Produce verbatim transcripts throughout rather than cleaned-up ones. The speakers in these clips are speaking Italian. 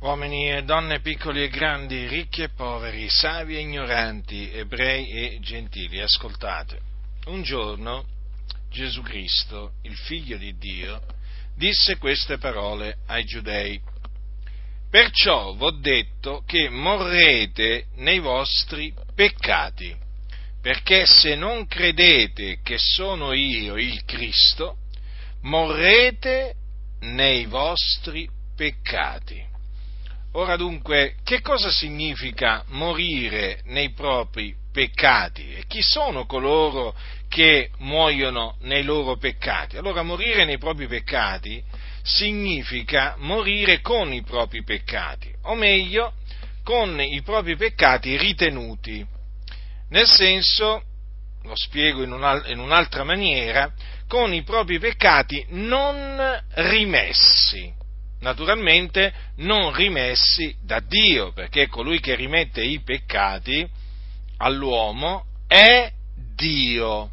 Uomini e donne, piccoli e grandi, ricchi e poveri, savi e ignoranti, ebrei e gentili, ascoltate. Un giorno Gesù Cristo, il Figlio di Dio, disse queste parole ai Giudei: «Perciò v'ho detto che morrete nei vostri peccati, perché se non credete che sono io il Cristo, morrete nei vostri peccati». Ora dunque, che cosa significa morire nei propri peccati? E chi sono coloro che muoiono nei loro peccati? Allora, morire nei propri peccati significa morire con i propri peccati, o meglio, con i propri peccati ritenuti. Nel senso, lo spiego in, in un'altra maniera, con i propri peccati non rimessi. Naturalmente non rimessi da Dio, perché colui che rimette i peccati all'uomo è Dio.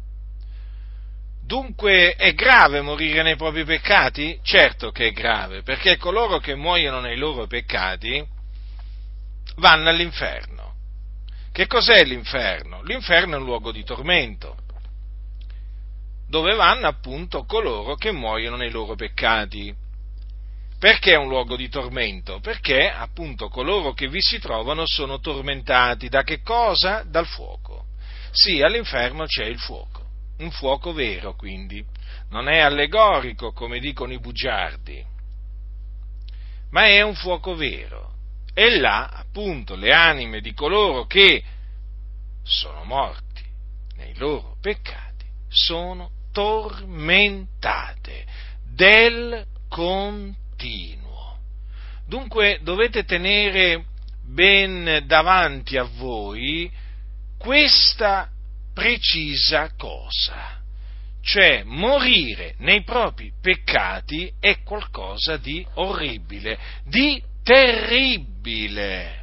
Dunque è grave morire nei propri peccati? Certo che è grave, perché coloro che muoiono nei loro peccati vanno all'inferno. Che cos'è l'inferno? L'inferno è un luogo di tormento, dove vanno appunto coloro che muoiono nei loro peccati. Perché è un luogo di tormento? Perché appunto coloro che vi si trovano sono tormentati da che cosa? Dal fuoco. Sì, all'inferno c'è il fuoco, un fuoco vero quindi, non è allegorico come dicono i bugiardi, ma è un fuoco vero. E là appunto le anime di coloro che sono morti nei loro peccati sono tormentate del continuo. Dunque dovete tenere ben davanti a voi questa precisa cosa, cioè morire nei propri peccati è qualcosa di orribile, di terribile.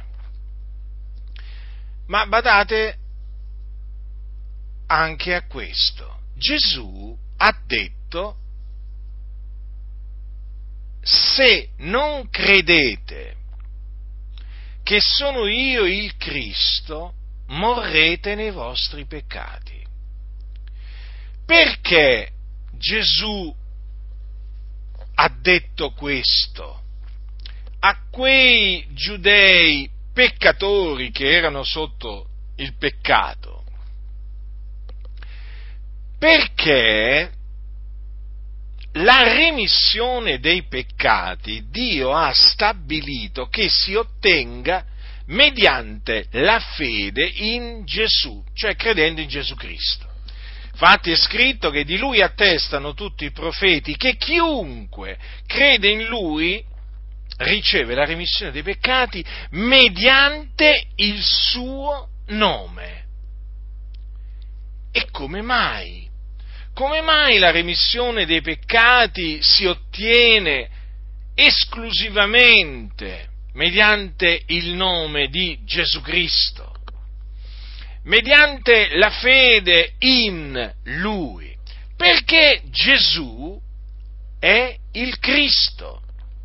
Ma badate anche a questo, Gesù ha detto: se non credete che sono io il Cristo, morrete nei vostri peccati. Perché Gesù ha detto questo a quei giudei peccatori che erano sotto il peccato? Perché la remissione dei peccati Dio ha stabilito che si ottenga mediante la fede in Gesù, cioè credendo in Gesù Cristo. Infatti è scritto che di Lui attestano tutti i profeti che chiunque crede in Lui riceve la remissione dei peccati mediante il suo nome. E come mai? Come mai la remissione dei peccati si ottiene esclusivamente mediante il nome di Gesù Cristo? Mediante la fede in Lui, perché Gesù è il Cristo,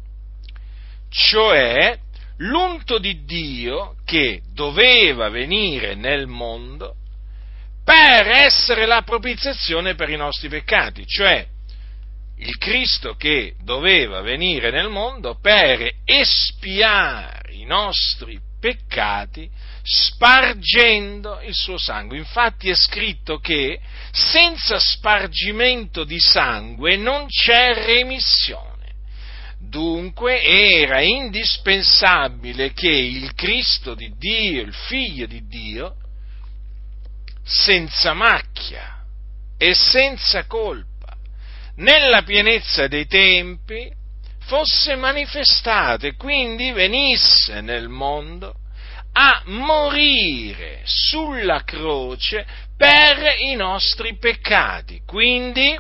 cioè l'unto di Dio che doveva venire nel mondo per essere la propiziazione per i nostri peccati, cioè il Cristo che doveva venire nel mondo per espiare i nostri peccati spargendo il suo sangue. Infatti è scritto che senza spargimento di sangue non c'è remissione. Dunque era indispensabile che il Cristo di Dio, il Figlio di Dio, senza macchia e senza colpa, nella pienezza dei tempi, fosse manifestato e quindi venisse nel mondo a morire sulla croce per i nostri peccati, quindi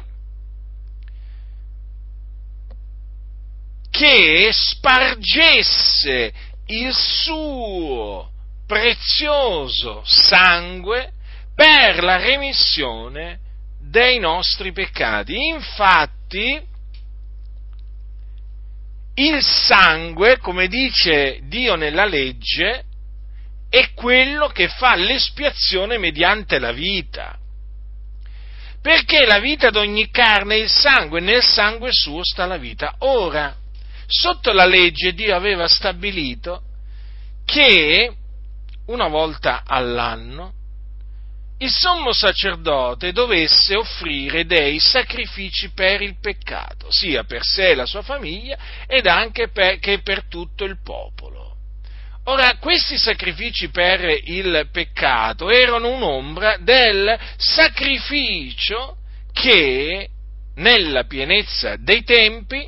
che spargesse il suo prezioso sangue per la remissione dei nostri peccati. Infatti, il sangue, come dice Dio nella legge, è quello che fa l'espiazione mediante la vita. Perché la vita d'ogni carne è il sangue, nel sangue suo sta la vita. Ora, sotto la legge Dio aveva stabilito che una volta all'anno il sommo sacerdote dovesse offrire dei sacrifici per il peccato, sia per sé e la sua famiglia ed anche per, che per tutto il popolo. Ora, questi sacrifici per il peccato erano un'ombra del sacrificio che, nella pienezza dei tempi,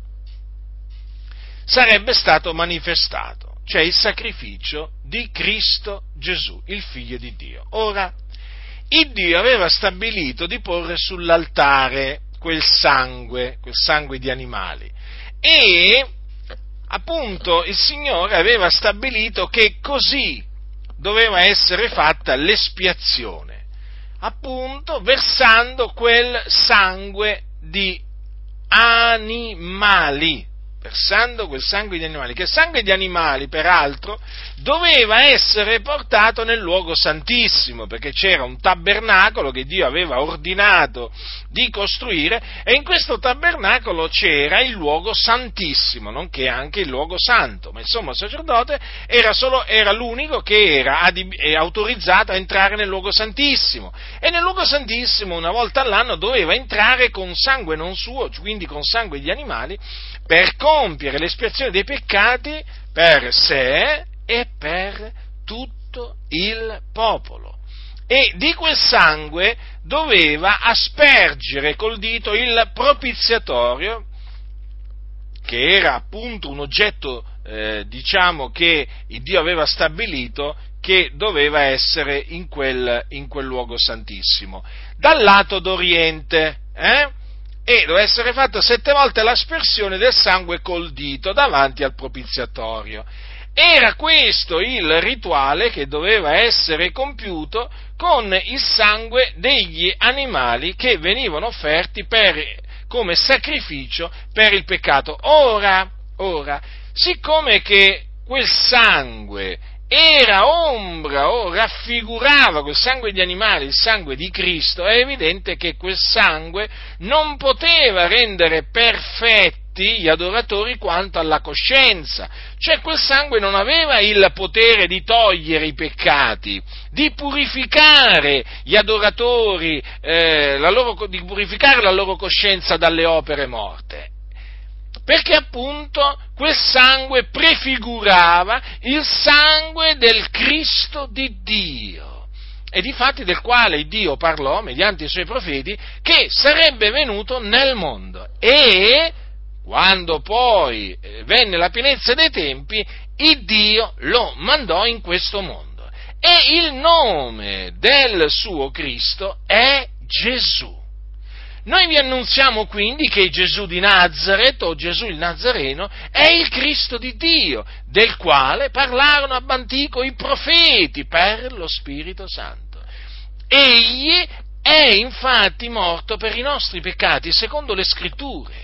sarebbe stato manifestato, cioè il sacrificio di Cristo Gesù, il Figlio di Dio. Ora, il Dio aveva stabilito di porre sull'altare quel sangue, quel sangue di animali, e appunto il Signore aveva stabilito che così doveva essere fatta l'espiazione, appunto versando quel sangue di animali, versando quel sangue di animali, che sangue di animali peraltro doveva essere portato nel luogo santissimo, perché c'era un tabernacolo che Dio aveva ordinato di costruire, e in questo tabernacolo c'era il luogo santissimo, nonché anche il luogo santo, ma il sommo sacerdote era, solo, era l'unico che era adib- autorizzato a entrare nel luogo santissimo, e nel luogo santissimo una volta all'anno doveva entrare con sangue non suo, quindi con sangue di animali, per compiere l'espiazione dei peccati per sé e per tutto il popolo. E di quel sangue doveva aspergere col dito il propiziatorio, che era appunto un oggetto, eh, diciamo, che Dio aveva stabilito che doveva essere in quel, in quel luogo santissimo, dal lato d'oriente, eh? E doveva essere fatta sette volte l'aspersione del sangue col dito davanti al propiziatorio. Era questo il rituale che doveva essere compiuto con il sangue degli animali che venivano offerti per, come sacrificio per il peccato. Ora, ora, siccome che quel sangue era ombra o raffigurava, quel sangue di animali, il sangue di Cristo, è evidente che quel sangue non poteva rendere perfetti gli adoratori quanto alla coscienza, cioè quel sangue non aveva il potere di togliere i peccati, di purificare gli adoratori, eh, la loro, di purificare la loro coscienza dalle opere morte. Perché appunto quel sangue prefigurava il sangue del Cristo di Dio, e difatti del quale Dio parlò mediante i suoi profeti che sarebbe venuto nel mondo, e quando poi venne la pienezza dei tempi, il Dio lo mandò in questo mondo, e il nome del suo Cristo è Gesù. Noi vi annunziamo quindi che Gesù di Nazaret, o Gesù il Nazareno, è il Cristo di Dio, del quale parlarono ab antico i profeti per lo Spirito Santo. Egli è infatti morto per i nostri peccati, secondo le Scritture.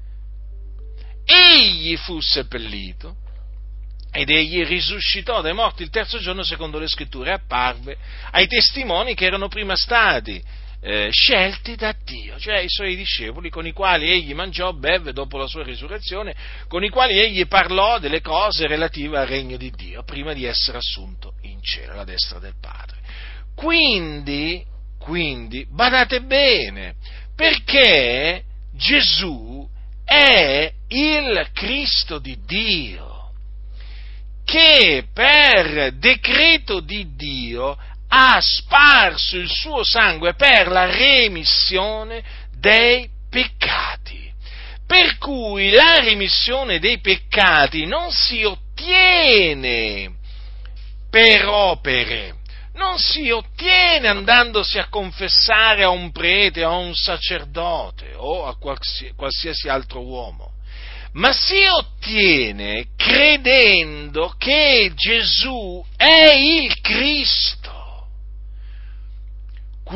Egli fu seppellito, ed egli risuscitò dai morti il terzo giorno, secondo le Scritture, e apparve ai testimoni che erano prima stati Eh, scelti da Dio, cioè i suoi discepoli, con i quali egli mangiò, bevve dopo la sua risurrezione, con i quali egli parlò delle cose relative al regno di Dio, prima di essere assunto in cielo, alla destra del Padre. Quindi, quindi, badate bene, perché Gesù è il Cristo di Dio, che per decreto di Dio ha sparso il suo sangue per la remissione dei peccati. Per cui la remissione dei peccati non si ottiene per opere, non si ottiene andandosi a confessare a un prete o a un sacerdote o a qualsiasi altro uomo, ma si ottiene credendo che Gesù è il Cristo.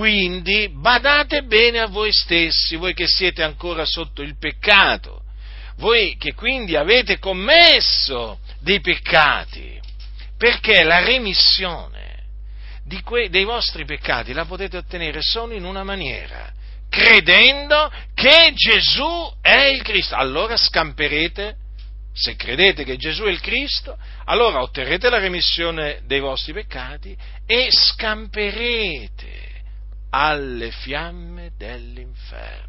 Quindi badate bene a voi stessi, voi che siete ancora sotto il peccato, voi che quindi avete commesso dei peccati, perché la remissione di que- dei vostri peccati la potete ottenere solo in una maniera, credendo che Gesù è il Cristo. Allora scamperete, se credete che Gesù è il Cristo, allora otterrete la remissione dei vostri peccati e scamperete alle fiamme dell'inferno.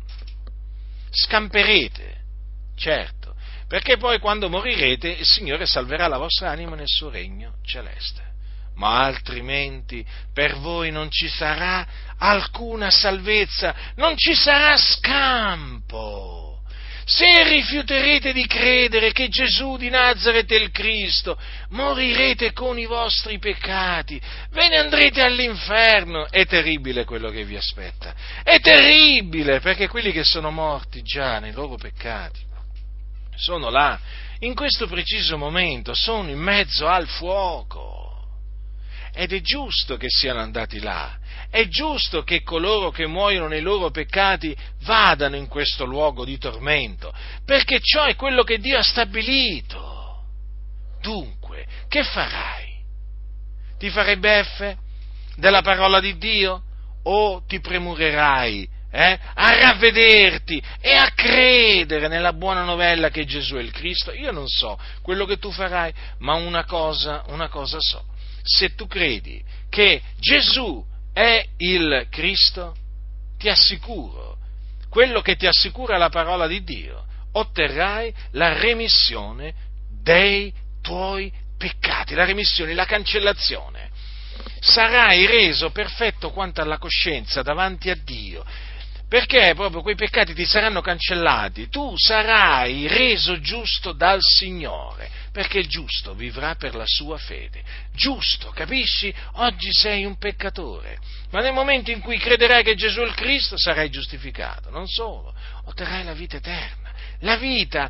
Scamperete, certo, perché poi quando morirete il Signore salverà la vostra anima nel suo regno celeste. Ma altrimenti per voi non ci sarà alcuna salvezza, non ci sarà scampo. Se rifiuterete di credere che Gesù di Nazaret è il Cristo, morirete con i vostri peccati, ve ne andrete all'inferno. È terribile quello che vi aspetta, è terribile, perché quelli che sono morti già nei loro peccati sono là, in questo preciso momento, sono in mezzo al fuoco. Ed è giusto che siano andati là, è giusto che coloro che muoiono nei loro peccati vadano in questo luogo di tormento, perché ciò è quello che Dio ha stabilito. Dunque, che farai? Ti farai beffe della parola di Dio o ti premurerai eh, a ravvederti e a credere nella buona novella che Gesù è il Cristo? Io non so quello che tu farai, ma una cosa, una cosa so. Se tu credi che Gesù è il Cristo, ti assicuro, quello che ti assicura la parola di Dio, otterrai la remissione dei tuoi peccati, la remissione, la cancellazione. Sarai reso perfetto quanto alla coscienza davanti a Dio, perché proprio quei peccati ti saranno cancellati, tu sarai reso giusto dal Signore, perché il giusto vivrà per la sua fede. Giusto, capisci? Oggi sei un peccatore, ma nel momento in cui crederai che Gesù è il Cristo sarai giustificato, non solo, otterrai la vita eterna, la vita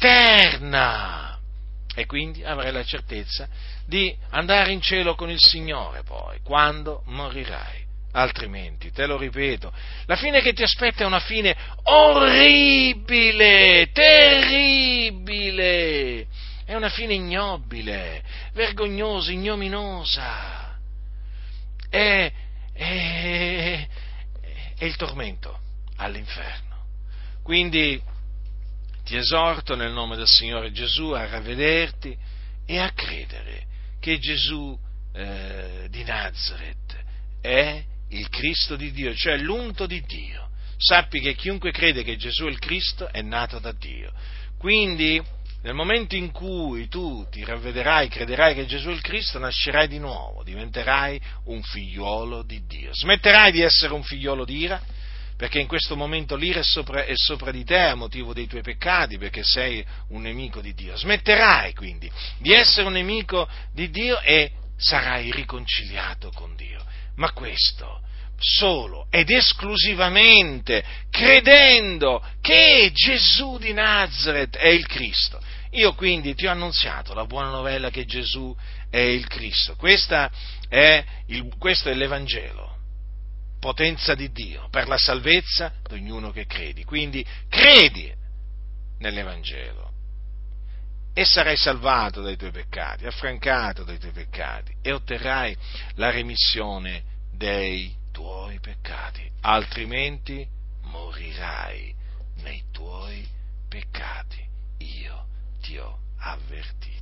eterna! E quindi avrai la certezza di andare in cielo con il Signore poi, quando morirai. Altrimenti, te lo ripeto, la fine che ti aspetta è una fine orribile, terribile, è una fine ignobile, vergognosa, ignominosa, è, è, è il tormento all'inferno. Quindi ti esorto nel nome del Signore Gesù a ravvederti e a credere che Gesù eh, di Nazaret è il Cristo di Dio, cioè l'unto di Dio. Sappi che chiunque crede che Gesù è il Cristo è nato da Dio. Quindi, nel momento in cui tu ti ravvederai, crederai che Gesù è il Cristo, nascerai di nuovo, diventerai un figliuolo di Dio. Smetterai di essere un figliuolo di ira, perché in questo momento l'ira è sopra, è sopra di te a motivo dei tuoi peccati, perché sei un nemico di Dio. Smetterai quindi di essere un nemico di Dio e sarai riconciliato con Dio. Ma questo solo ed esclusivamente credendo che Gesù di Nazaret è il Cristo. Io quindi ti ho annunziato la buona novella che Gesù è il Cristo. Questa è il, questo è l'Evangelo, potenza di Dio per la salvezza di ognuno che credi. Quindi credi nell'Evangelo e sarai salvato dai tuoi peccati, affrancato dai tuoi peccati e otterrai la remissione dei tuoi peccati, altrimenti morirai nei tuoi peccati. Io ti ho avvertito.